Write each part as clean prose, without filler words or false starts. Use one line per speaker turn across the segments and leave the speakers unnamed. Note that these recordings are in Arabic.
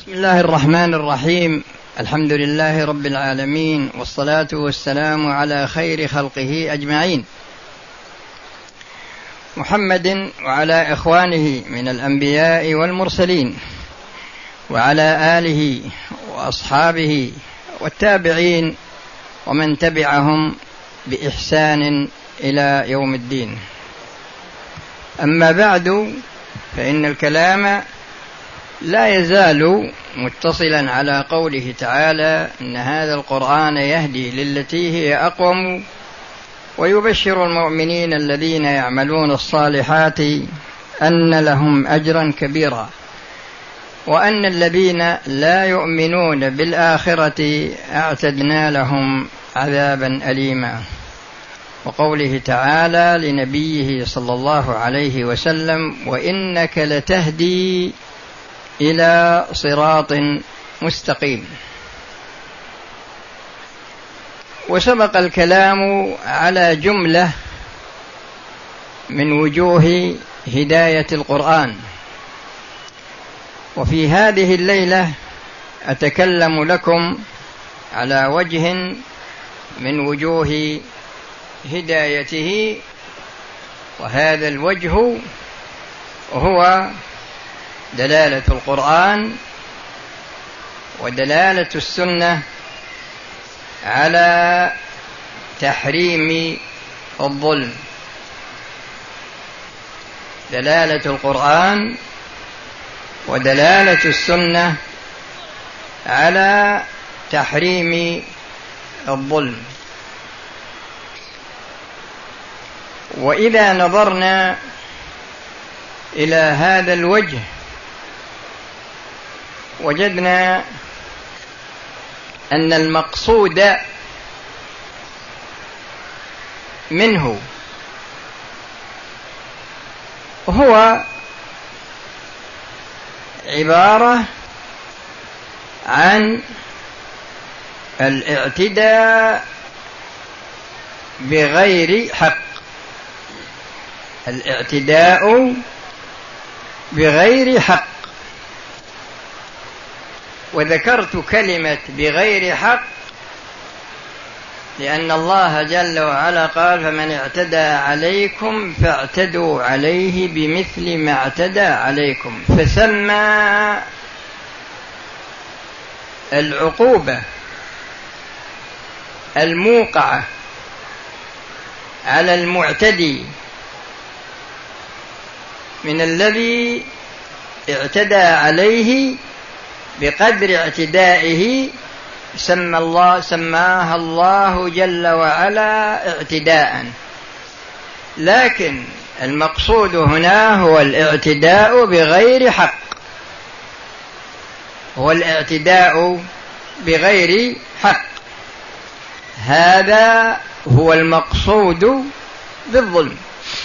بسم الله الرحمن الرحيم. الحمد لله رب العالمين، والصلاة والسلام على خير خلقه أجمعين، محمد وعلى إخوانه من الأنبياء والمرسلين، وعلى آله وأصحابه والتابعين ومن تبعهم بإحسان إلى يوم الدين. أما بعد، فإن الكلام لا يزال متصلا على قوله تعالى: إن هذا القرآن يهدي للتي هي أقوم ويبشر المؤمنين الذين يعملون الصالحات أن لهم أجرا كبيرا، وأن الذين لا يؤمنون بالآخرة أعتدنا لهم عذابا أليما. وقوله تعالى لنبيه صلى الله عليه وسلم: وإنك لتهدي إلى صراط مستقيم. وسبق الكلام على جملة من وجوه هداية القرآن، وفي هذه الليلة أتكلم لكم على وجه من وجوه هدايته، وهذا الوجه هو دلالة القرآن ودلالة السنة على تحريم الظلم. دلالة القرآن ودلالة السنة على تحريم الظلم. وإذا نظرنا إلى هذا الوجه وجدنا أن المقصود منه هو عبارة عن الاعتداء بغير حق. الاعتداء بغير حق. وذكرت كلمة بغير حق لأن الله جل وعلا قال: فمن اعتدى عليكم فاعتدوا عليه بمثل ما اعتدى عليكم. فسمى العقوبة الموقعة على المعتدي من الذي اعتدى عليه بقدر اعتدائه سماها الله جل وعلا اعتداء. لكن المقصود هنا هو الاعتداء بغير حق، هو الاعتداء بغير حق. هذا هو المقصود بالظلم.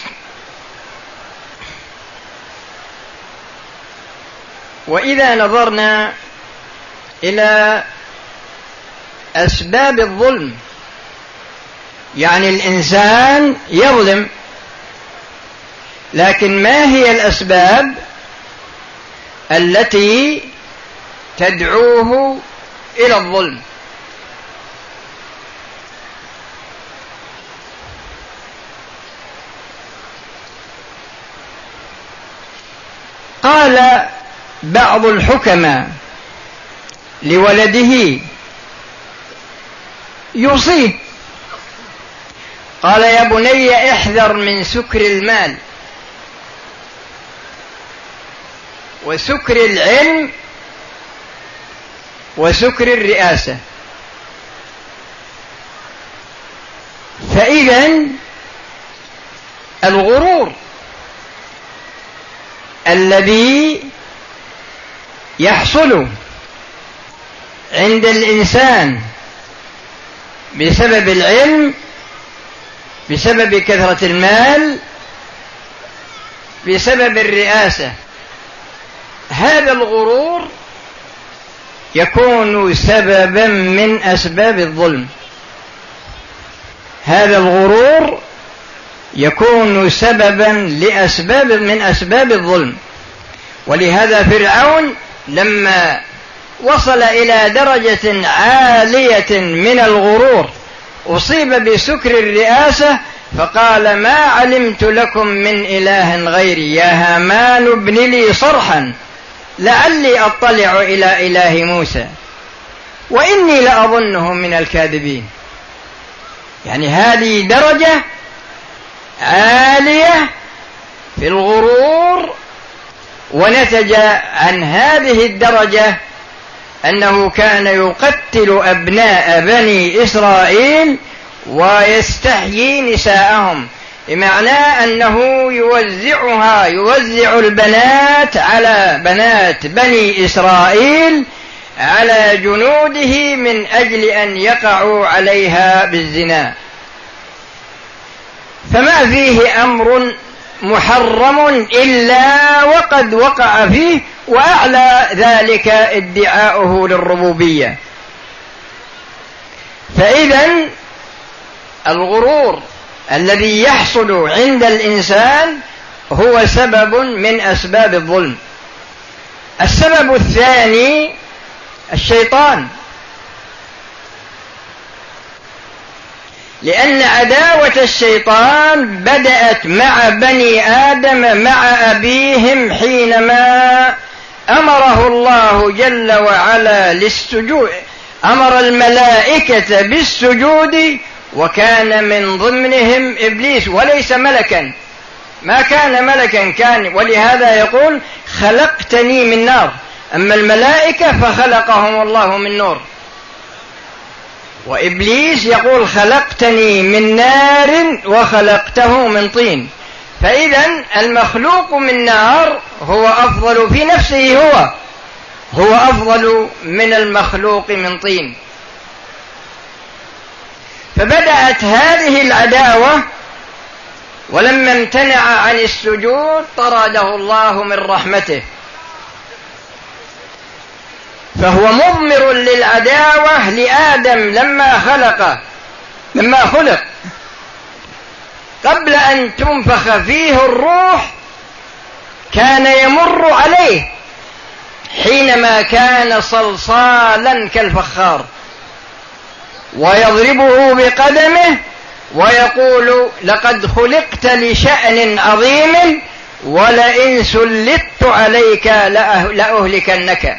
وإذا نظرنا إلى أسباب الظلم، يعني الإنسان يظلم، لكن ما هي الأسباب التي تدعوه إلى الظلم؟ قال بعض الحكماء لولده يوصيه، قال: يا بني احذر من سكر المال وسكر العلم وسكر الرئاسة. فإذن الغرور الذي يحصل عند الإنسان بسبب العلم، بسبب كثرة المال، بسبب الرئاسة، هذا الغرور يكون سببا من أسباب الظلم. هذا الغرور يكون سببا من أسباب الظلم. ولهذا فرعون لما وصل إلى درجة عالية من الغرور، أصيب بسكر الرئاسة، فقال ما علمت لكم من إله غيري يا هامان ابن لي صرحا لعلي أطلع إلى إله موسى وإني لأظنه من الكاذبين. يعني هذه درجة عالية في الغرور، ونتج عن هذه الدرجة أنه كان يقتل أبناء بني إسرائيل ويستحيي نساءهم، بمعنى أنه يوزع البنات على بنات بني إسرائيل على جنوده من أجل أن يقعوا عليها بالزنا. فما فيه أمر محرم إلا وقد وقع فيه، وأعلى ذلك ادعاؤه للربوبية. فإذن الغرور الذي يحصل عند الإنسان هو سبب من أسباب الظلم. السبب الثاني الشيطان، لأن عداوة الشيطان بدأت مع بني آدم مع أبيهم حينما أمره الله جل وعلا للسجود، أمر الملائكة بالسجود، وكان من ضمنهم إبليس وليس ملكا، ما كان ملكا، كان ولهذا يقول خلقتني من نار، أما الملائكة فخلقهم الله من نور، وإبليس يقول خلقتني من نار وخلقته من طين. فإذا المخلوق من نار هو أفضل في نفسه، هو أفضل من المخلوق من طين. فبدأت هذه العداوة، ولما امتنع عن السجود طرده الله من رحمته، فهو مضمر للعداوة لآدم لما خلق قبل أن تنفخ فيه الروح، كان يمر عليه حينما كان صلصالا كالفخار ويضربه بقدمه ويقول لقد خلقت لشأن عظيم ولئن سلطت عليك لأهلكنك.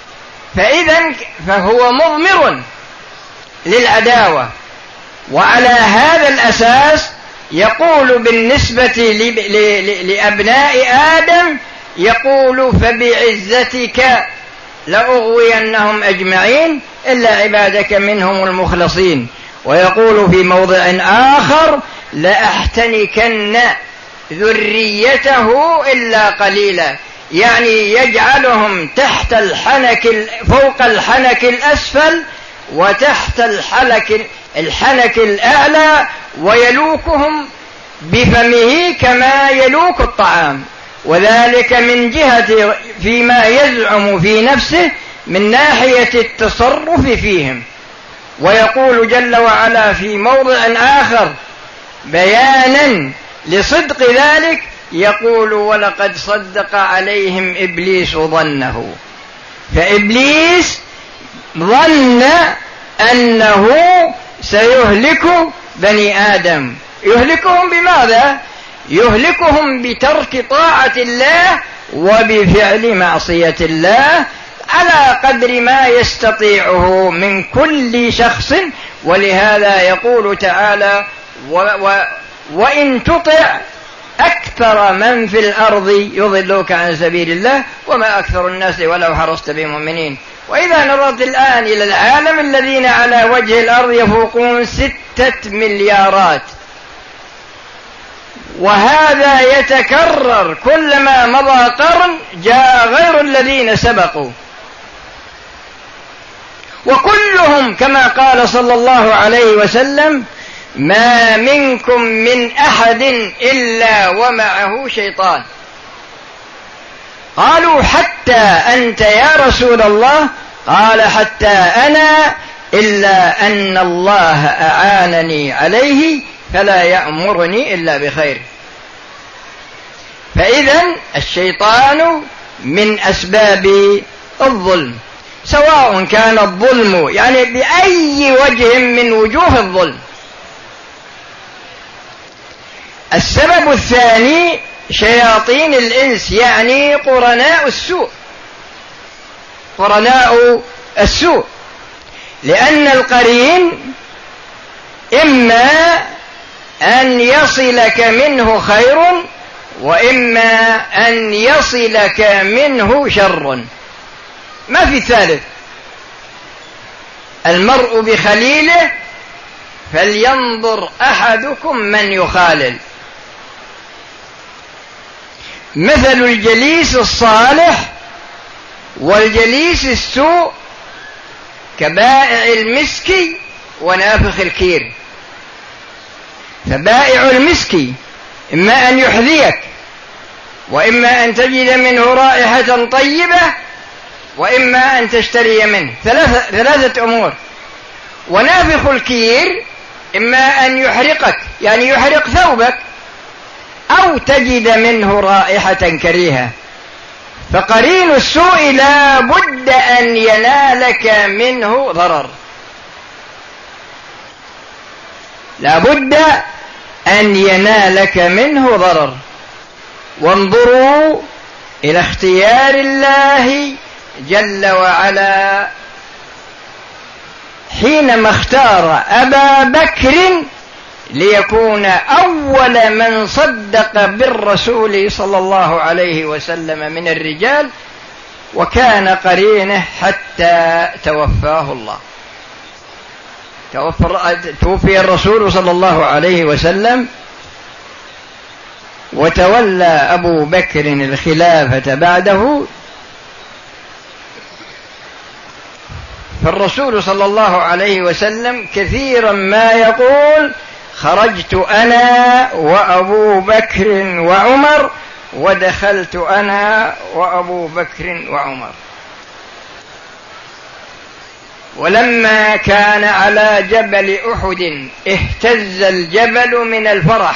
فهو مضمر للعداوة. وعلى هذا الأساس يقول بالنسبة لأبناء آدم، يقول فبعزتك لأغوينهم أجمعين إلا عبادك منهم المخلصين. ويقول في موضع آخر لأحتنكن ذريته إلا قليلا، يعني يجعلهم تحت فوق الحنك الأسفل وتحت الحنك الأعلى، ويلوكهم بفمه كما يلوك الطعام، وذلك من جهة فيما يزعم في نفسه من ناحية التصرف فيهم. ويقول جل وعلا في موضع آخر بيانا لصدق ذلك، يقول ولقد صدق عليهم إبليس ظنه. فإبليس ظن أنه سيهلك بني آدم. يهلكهم بماذا؟ يهلكهم بترك طاعة الله وبفعل معصية الله على قدر ما يستطيعه من كل شخص. ولهذا يقول تعالى وإن تطع أكثر من في الأرض يضلوك عن سبيل الله وما أكثر الناس ولو حرصت بمؤمنين. وإذا نظرت الآن إلى العالم الذين على وجه الأرض يفوقون 6 مليارات، وهذا يتكرر كلما مضى قرن جاء غير الذين سبقوا، وكلهم كما قال صلى الله عليه وسلم ما منكم من أحد إلا ومعه شيطان. قالوا حتى أنت يا رسول الله؟ قال حتى أنا، إلا أن الله أعانني عليه فلا يأمرني إلا بخير. فإذن الشيطان من أسباب الظلم. سواء كان الظلم يعني بأي وجه من وجوه الظلم. السبب الثاني شياطين الإنس، يعني قرناء السوء، قرناء السوء، لأن القرين إما أن يصلك منه خير وإما أن يصلك منه شر، ما في ثالث. المرء بخليله فلينظر أحدكم من يخالل. مثل الجليس الصالح والجليس السوء كبائع المسك ونافخ الكير. فبائع المسك إما أن يحذيك وإما أن تجد منه رائحة طيبة وإما أن تشتري منه، ثلاثة أمور. ونافخ الكير إما أن يحرقك يعني يحرق ثوبك أو تجد منه رائحة كريهة. فقرين السوء لا بد أن ينالك منه ضرر، لا بد أن ينالك منه ضرر. وانظروا إلى اختيار الله جل وعلا حينما اختار أبا بكر ليكون أول من صدق بالرسول صلى الله عليه وسلم من الرجال، وكان قرينه حتى توفاه الله. توفي الرسول صلى الله عليه وسلم وتولى أبو بكر الخلافة بعده. فالرسول صلى الله عليه وسلم كثيرا ما يقول: خرجت أنا وأبو بكر وعمر ودخلت أنا وأبو بكر وعمر. ولما كان على جبل أحد اهتز الجبل من الفرح،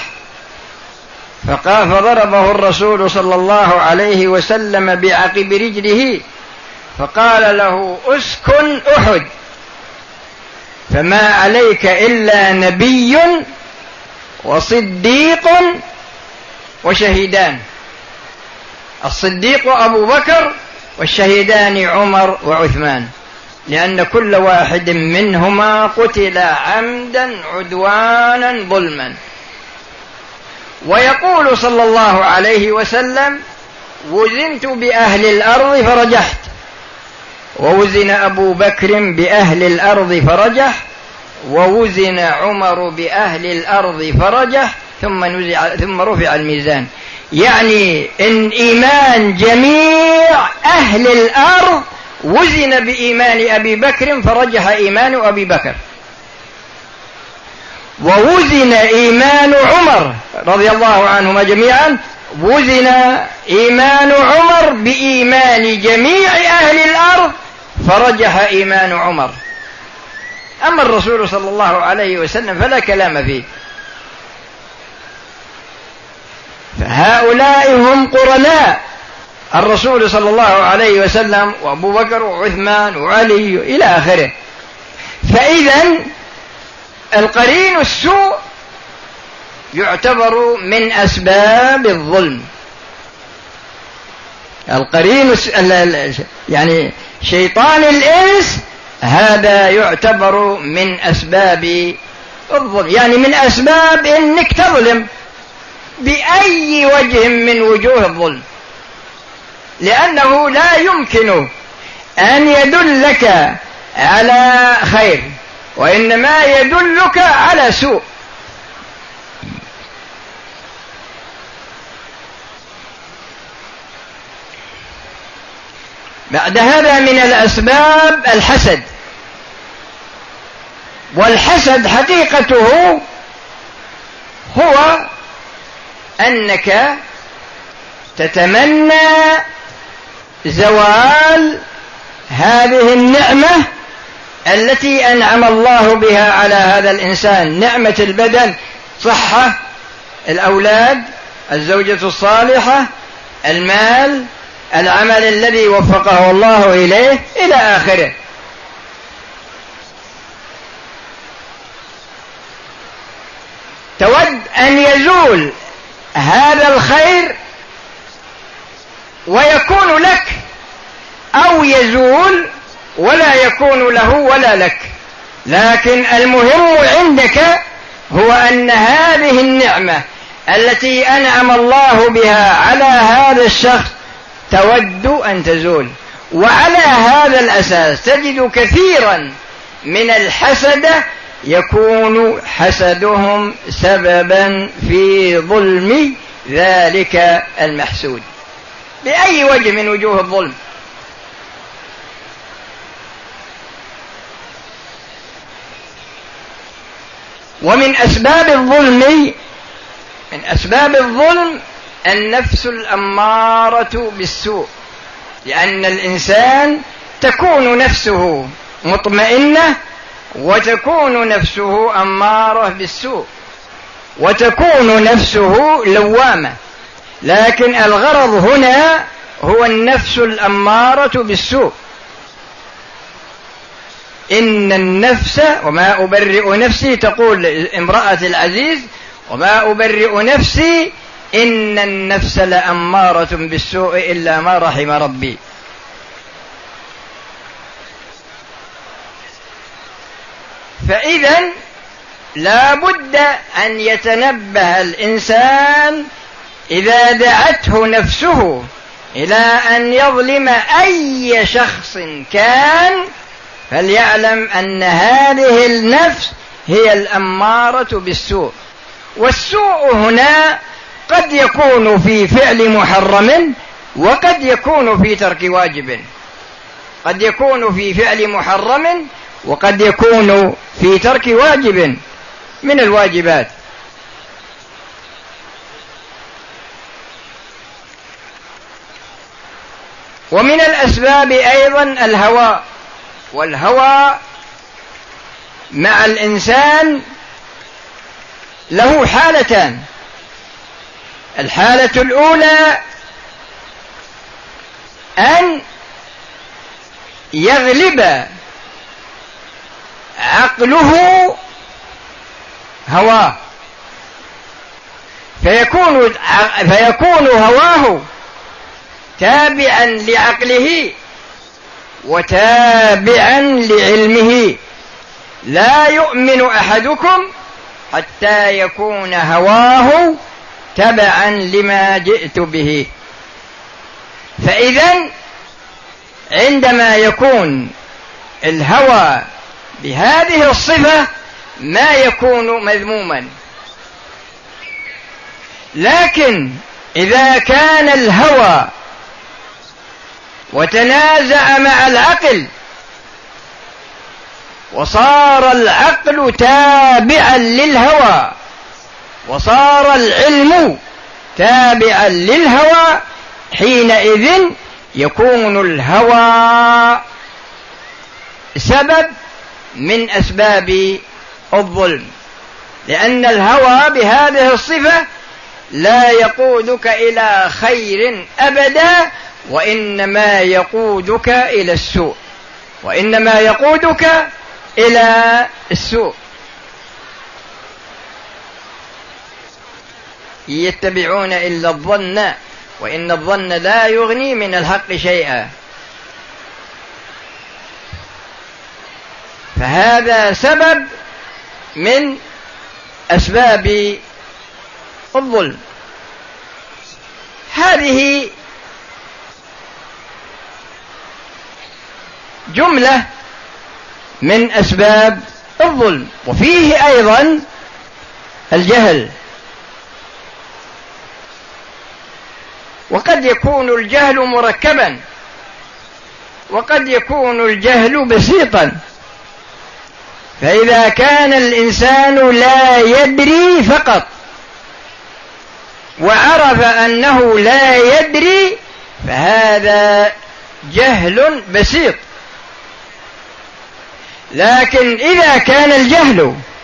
فضربه الرسول صلى الله عليه وسلم بعقب رجله فقال له: اسكن أحد، فما عليك إلا نبي وصديق وشهيدان. الصديق أبو بكر والشهيدان عمر وعثمان، لأن كل واحد منهما قتل عمدا عدوانا ظلما. ويقول صلى الله عليه وسلم: وزنت بأهل الأرض فرجحت، ووزن أبو بكر بأهل الأرض فرجح، ووزن عمر بأهل الأرض فرجح، ثم رفع الميزان. يعني إن إيمان جميع أهل الأرض وزن بإيمان أبي بكر فرجح إيمان أبي بكر، ووزن إيمان عمر رضي الله عنهما جميعا، وزن إيمان عمر بإيمان جميع أهل الأرض فرجح إيمان عمر. أما الرسول صلى الله عليه وسلم فلا كلام فيه. فهؤلاء هم قرناء الرسول صلى الله عليه وسلم وأبو بكر وعثمان وعلي إلى آخره. فإذا القرين السوء يعتبر من أسباب الظلم. القرين يعني شيطان الإنس هذا يعتبر من أسباب الظلم، يعني من أسباب إنك تظلم بأي وجه من وجوه الظلم، لأنه لا يمكن أن يدلك على خير وإنما يدلك على سوء. بعد هذا من الأسباب الحسد. والحسد حقيقته هو أنك تتمنى زوال هذه النعمة التي أنعم الله بها على هذا الإنسان، نعمة البدن، صحة، الأولاد، الزوجة الصالحة، المال، العمل الذي وفقه الله إليه إلى آخره. تود أن يزول هذا الخير ويكون لك، أو يزول ولا يكون له ولا لك، لكن المهم عندك هو أن هذه النعمة التي أنعم الله بها على هذا الشخص تود أن تزول. وعلى هذا الأساس تجد كثيرا من الحسدة يكون حسدهم سببا في ظلم ذلك المحسود بأي وجه من وجوه الظلم. ومن أسباب الظلم، من أسباب الظلم النفس الأمارة بالسوء، لأن الإنسان تكون نفسه مطمئنة وتكون نفسه أمارة بالسوء وتكون نفسه لوامة، لكن الغرض هنا هو النفس الأمارة بالسوء. إن النفس وما أبرئ نفسي، تقول امرأة العزيز وما أبرئ نفسي إن النفس لأمارة بالسوء إلا ما رحم ربي. فإذا لا بد أن يتنبه الإنسان إذا دعته نفسه إلى أن يظلم أي شخص كان، فليعلم أن هذه النفس هي الأمارة بالسوء. والسوء هنا قد يكون في فعل محرم وقد يكون في ترك واجب، قد يكون في فعل محرم وقد يكون في ترك واجب من الواجبات. ومن الأسباب أيضا الهوى، والهوى مع الإنسان له حالتان. الحالة الأولى أن يغلب عقله هواه، فيكون هواه تابعا لعقله وتابعا لعلمه. لا يؤمن أحدكم حتى يكون هواه تبعا لما جئت به. فإذا عندما يكون الهوى بهذه الصفة ما يكون مذموما، لكن إذا كان الهوى وتنازع مع العقل وصار العقل تابعا للهوى وصار العلم تابعا للهوى، حينئذ يكون الهوى سبب من أسباب الظلم، لأن الهوى بهذه الصفة لا يقودك إلى خير أبدا، وإنما يقودك إلى السوء، وإنما يقودك إلى السوء. يتبعون إلا الظن وإن الظن لا يغني من الحق شيئا. فهذا سبب من أسباب الظلم. هذه جملة من أسباب الظلم. وفيه أيضا الجهل، وقد يكون الجهل مركبا وقد يكون الجهل بسيطا. فإذا كان الإنسان لا يدري فقط وعرف أنه لا يدري فهذا جهل بسيط. لكن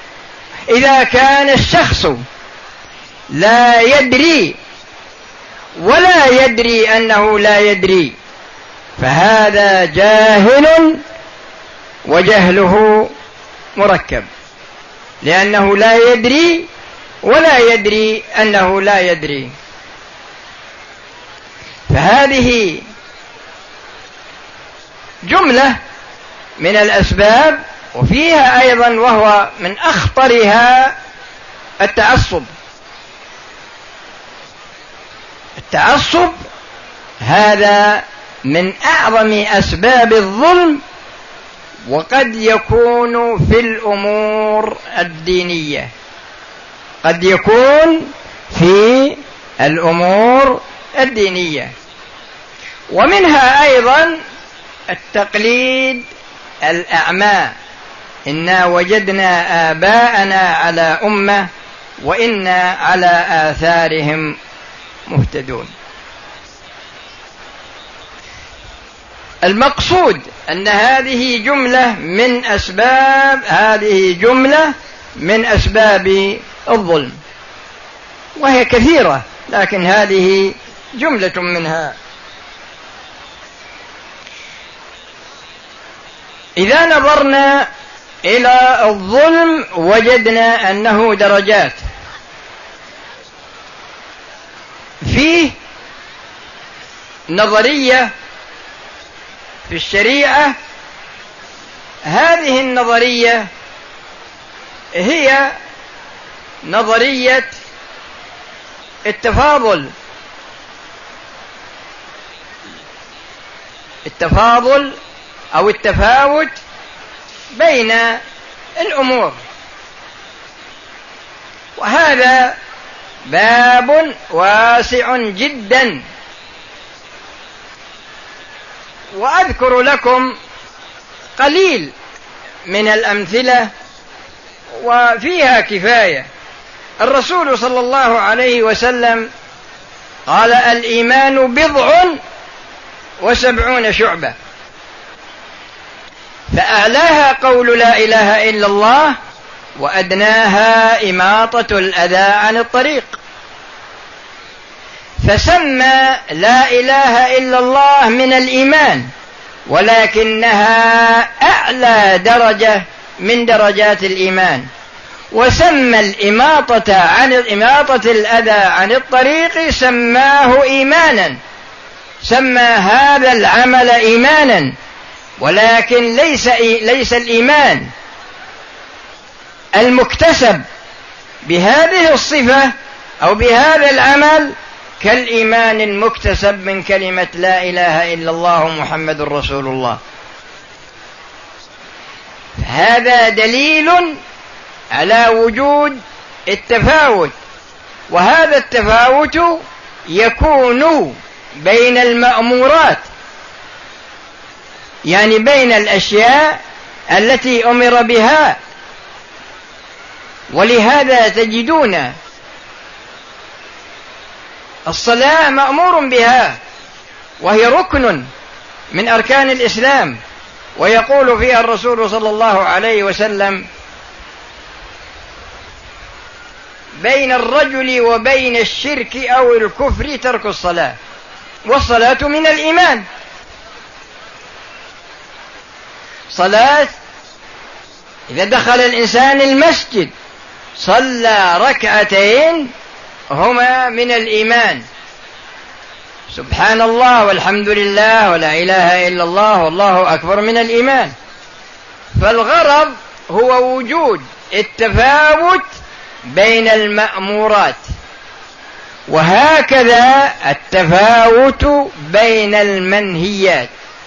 إذا كان الشخص لا يدري ولا يدري أنه لا يدري، فهذا جاهل وجهله مركب، لأنه لا يدري ولا يدري أنه لا يدري. فهذه جملة من الأسباب، وفيها أيضا وهو من أخطرها التعصب. التعصب هذا من أعظم أسباب الظلم، وقد يكون في الأمور الدينية، قد يكون في الأمور الدينية. ومنها أيضا التقليد الأعمى، إنا وجدنا آباءنا على أمة وإنا على آثارهم مهتدون. المقصود أن هذه جملة من أسباب الظلم، وهي كثيرة، لكن هذه جملة منها. إذا نظرنا إلى الظلم وجدنا أنه درجات. فيه نظرية في الشريعة، هذه النظرية هي نظرية التفاضل أو التفاوت بين الأمور، وهذا باب واسع جدا. وأذكر لكم قليل من الأمثلة وفيها كفاية. الرسول صلى الله عليه وسلم قال: الإيمان 70 شعبة، فأعلاها قول لا إله إلا الله، وأدناها إماطة الأذى عن الطريق. فسمى لا إله إلا الله من الإيمان، ولكنها أعلى درجة من درجات الإيمان. وسمى إماطة الأذى عن الطريق سماه إيمانا، سمى هذا العمل إيمانا، ولكن ليس الإيمان المكتسب بهذه الصفة أو بهذا العمل كالإيمان المكتسب من كلمة لا إله إلا الله محمد رسول الله. هذا دليل على وجود التفاوت، وهذا التفاوت يكون بين المأمورات، يعني بين الأشياء التي أمر بها. ولهذا تجدون الصلاة مأمور بها، وهي ركن من أركان الإسلام، ويقول فيها الرسول صلى الله عليه وسلم: بين الرجل وبين الشرك أو الكفر ترك الصلاة، والصلاة من الإيمان. صلاة إذا دخل الإنسان المسجد صلى ركعتين هما من الإيمان، سبحان الله والحمد لله ولا إله إلا الله والله أكبر، من الإيمان. فالغرض هو وجود التفاوت بين المأمورات، وهكذا التفاوت بين المنهيات.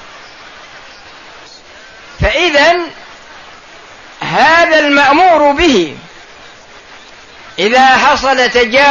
فإذا هذا المأمور به إذا حصل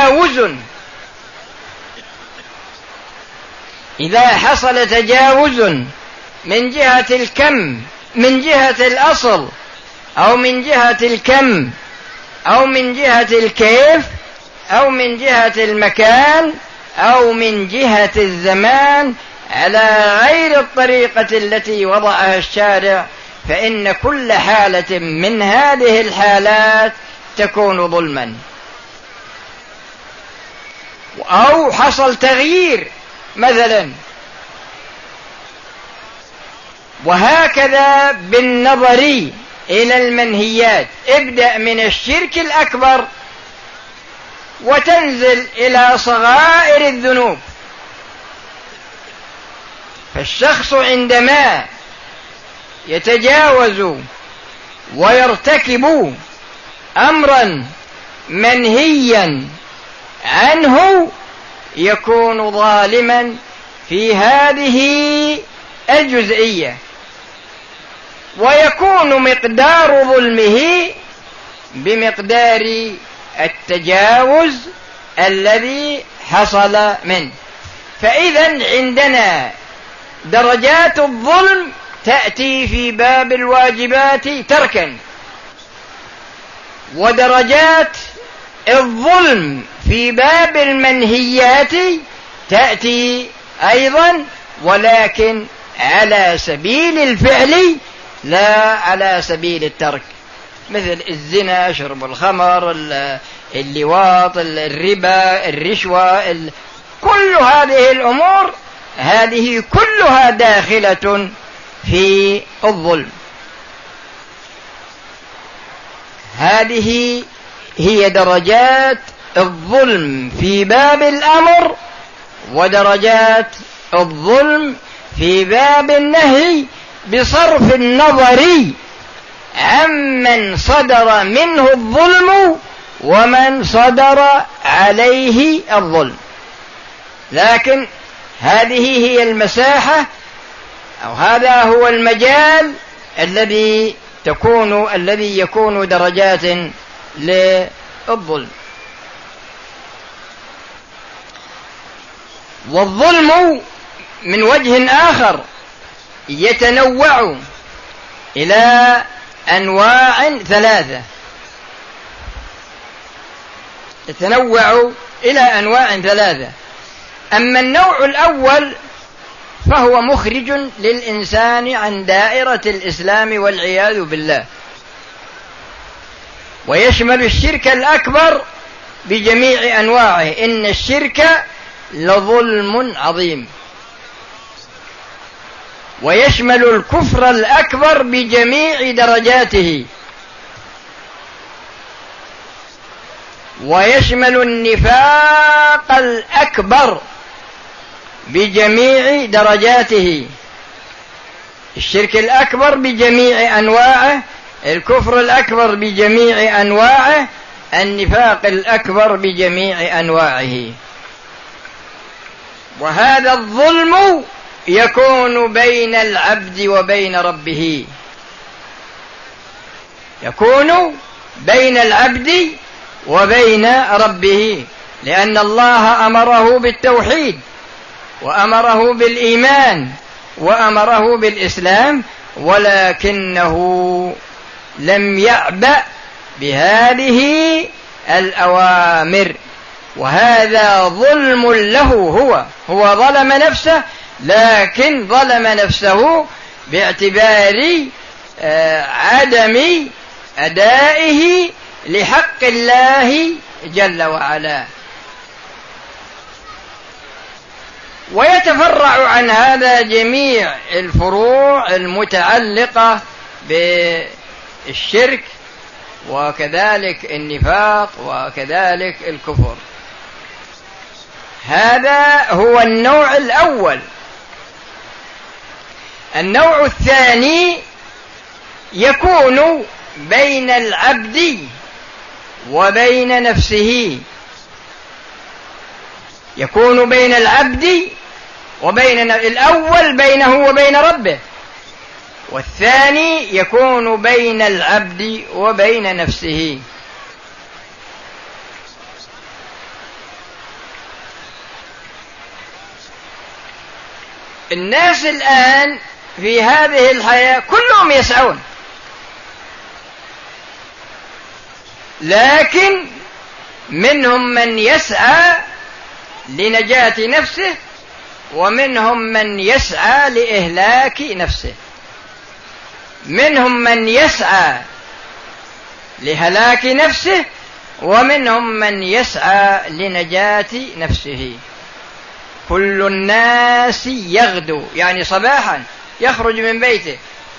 تجاوز من جهة الكم، من جهة الأصل، أو من جهة الكم، أو من جهة الكيف، أو من جهة المكان، أو من جهة الزمان، على غير الطريقة التي وضعها الشارع، فإن كل حالة من هذه الحالات تكون ظلما. أو حصل تغيير مثلا. وهكذا بالنظر إلى المنهيات، ابدأ من الشرك الأكبر وتنزل إلى صغائر الذنوب. فالشخص عندما يتجاوز ويرتكب أمرا منهيا عنه يكون ظالما في هذه الجزئية، ويكون مقدار ظلمه بمقدار التجاوز الذي حصل منه. فإذا عندنا درجات الظلم تأتي في باب الواجبات تركا، ودرجات الظلم في باب المنهيات تأتي أيضا، ولكن على سبيل الفعل لا على سبيل الترك، مثل الزنا، شرب الخمر، اللواط، الربا، الرشوة، كل هذه الأمور هذه كلها داخلة في الظلم. هذه هي درجات الظلم في باب الأمر، ودرجات الظلم في باب النهي، بصرف النظر عمن صدر منه الظلم ومن صدر عليه الظلم. لكن هذه هي المساحة، أو هذا هو المجال الذي يكون درجات للظلم. والظلم من وجه آخر يتنوع إلى أنواع ثلاثة، أما النوع الأول فهو مخرج للإنسان عن دائرة الإسلام والعياذ بالله، ويشمل الشرك الأكبر بجميع أنواعه. إن الشرك لظلم عظيم. ويشمل الكفر الأكبر بجميع درجاته، ويشمل النفاق الأكبر بجميع درجاته. الشرك الأكبر بجميع أنواعه، الكفر الأكبر بجميع أنواعه، النفاق الأكبر بجميع أنواعه. وهذا الظلم يكون بين العبد وبين ربه، يكون بين العبد وبين ربه، لأن الله أمره بالتوحيد، وأمره بالإيمان، وأمره بالإسلام، ولكنه لم يعبأ بهذه الأوامر. وهذا ظلم له، هو ظلم نفسه، لكن ظلم نفسه باعتبار عدم أدائه لحق الله جل وعلا. ويتفرع عن هذا جميع الفروع المتعلقة بالشرك، وكذلك النفاق، وكذلك الكفر. هذا هو النوع الأول. النوع الثاني يكون بين العبد وبين نفسه، يكون بين العبد وبين الأول بينه وبين ربه، والثاني يكون بين العبد وبين نفسه. الناس الآن في هذه الحياة كلهم يسعون، لكن منهم من يسعى لنجاة نفسه، ومنهم من يسعى لإهلاك نفسه. منهم من يسعى لهلاك نفسه، ومنهم من يسعى لنجاة نفسه. كل الناس يغدو يعني صباحا يخرج من بيته،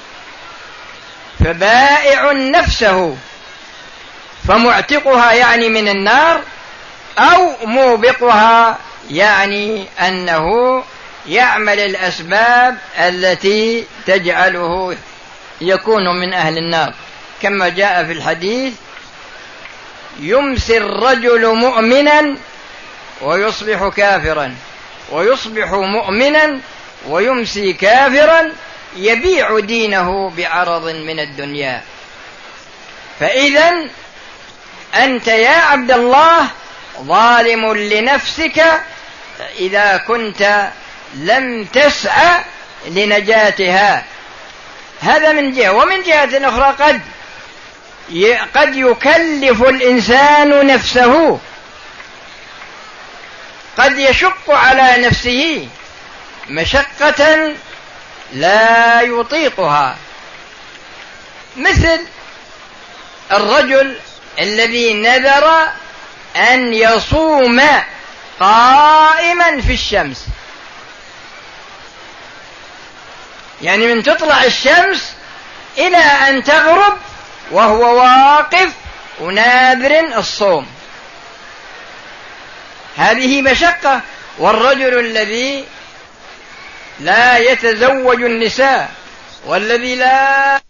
فبائع نفسه فمعتقها يعني من النار، أو موبقها يعني أنه يعمل الأسباب التي تجعله يكون من أهل النار، كما جاء في الحديث: يمسي الرجل مؤمنا ويصبح كافرا، ويصبح مؤمنا ويمسي كافرا، يبيع دينه بعرض من الدنيا. فإذا أنت يا عبد الله ظالم لنفسك إذا كنت لم تسعى لنجاتها. هذا من جهة. ومن جهة أخرى قد يكلف الإنسان نفسه، قد يشق على نفسه مشقة لا يطيقها، مثل الرجل الذي نذر أن يصوم قائما في الشمس، يعني من تطلع الشمس إلى أن تغرب وهو واقف وناذر الصوم، هذه مشقة. والرجل الذي لا يتزوج النساء والذي لا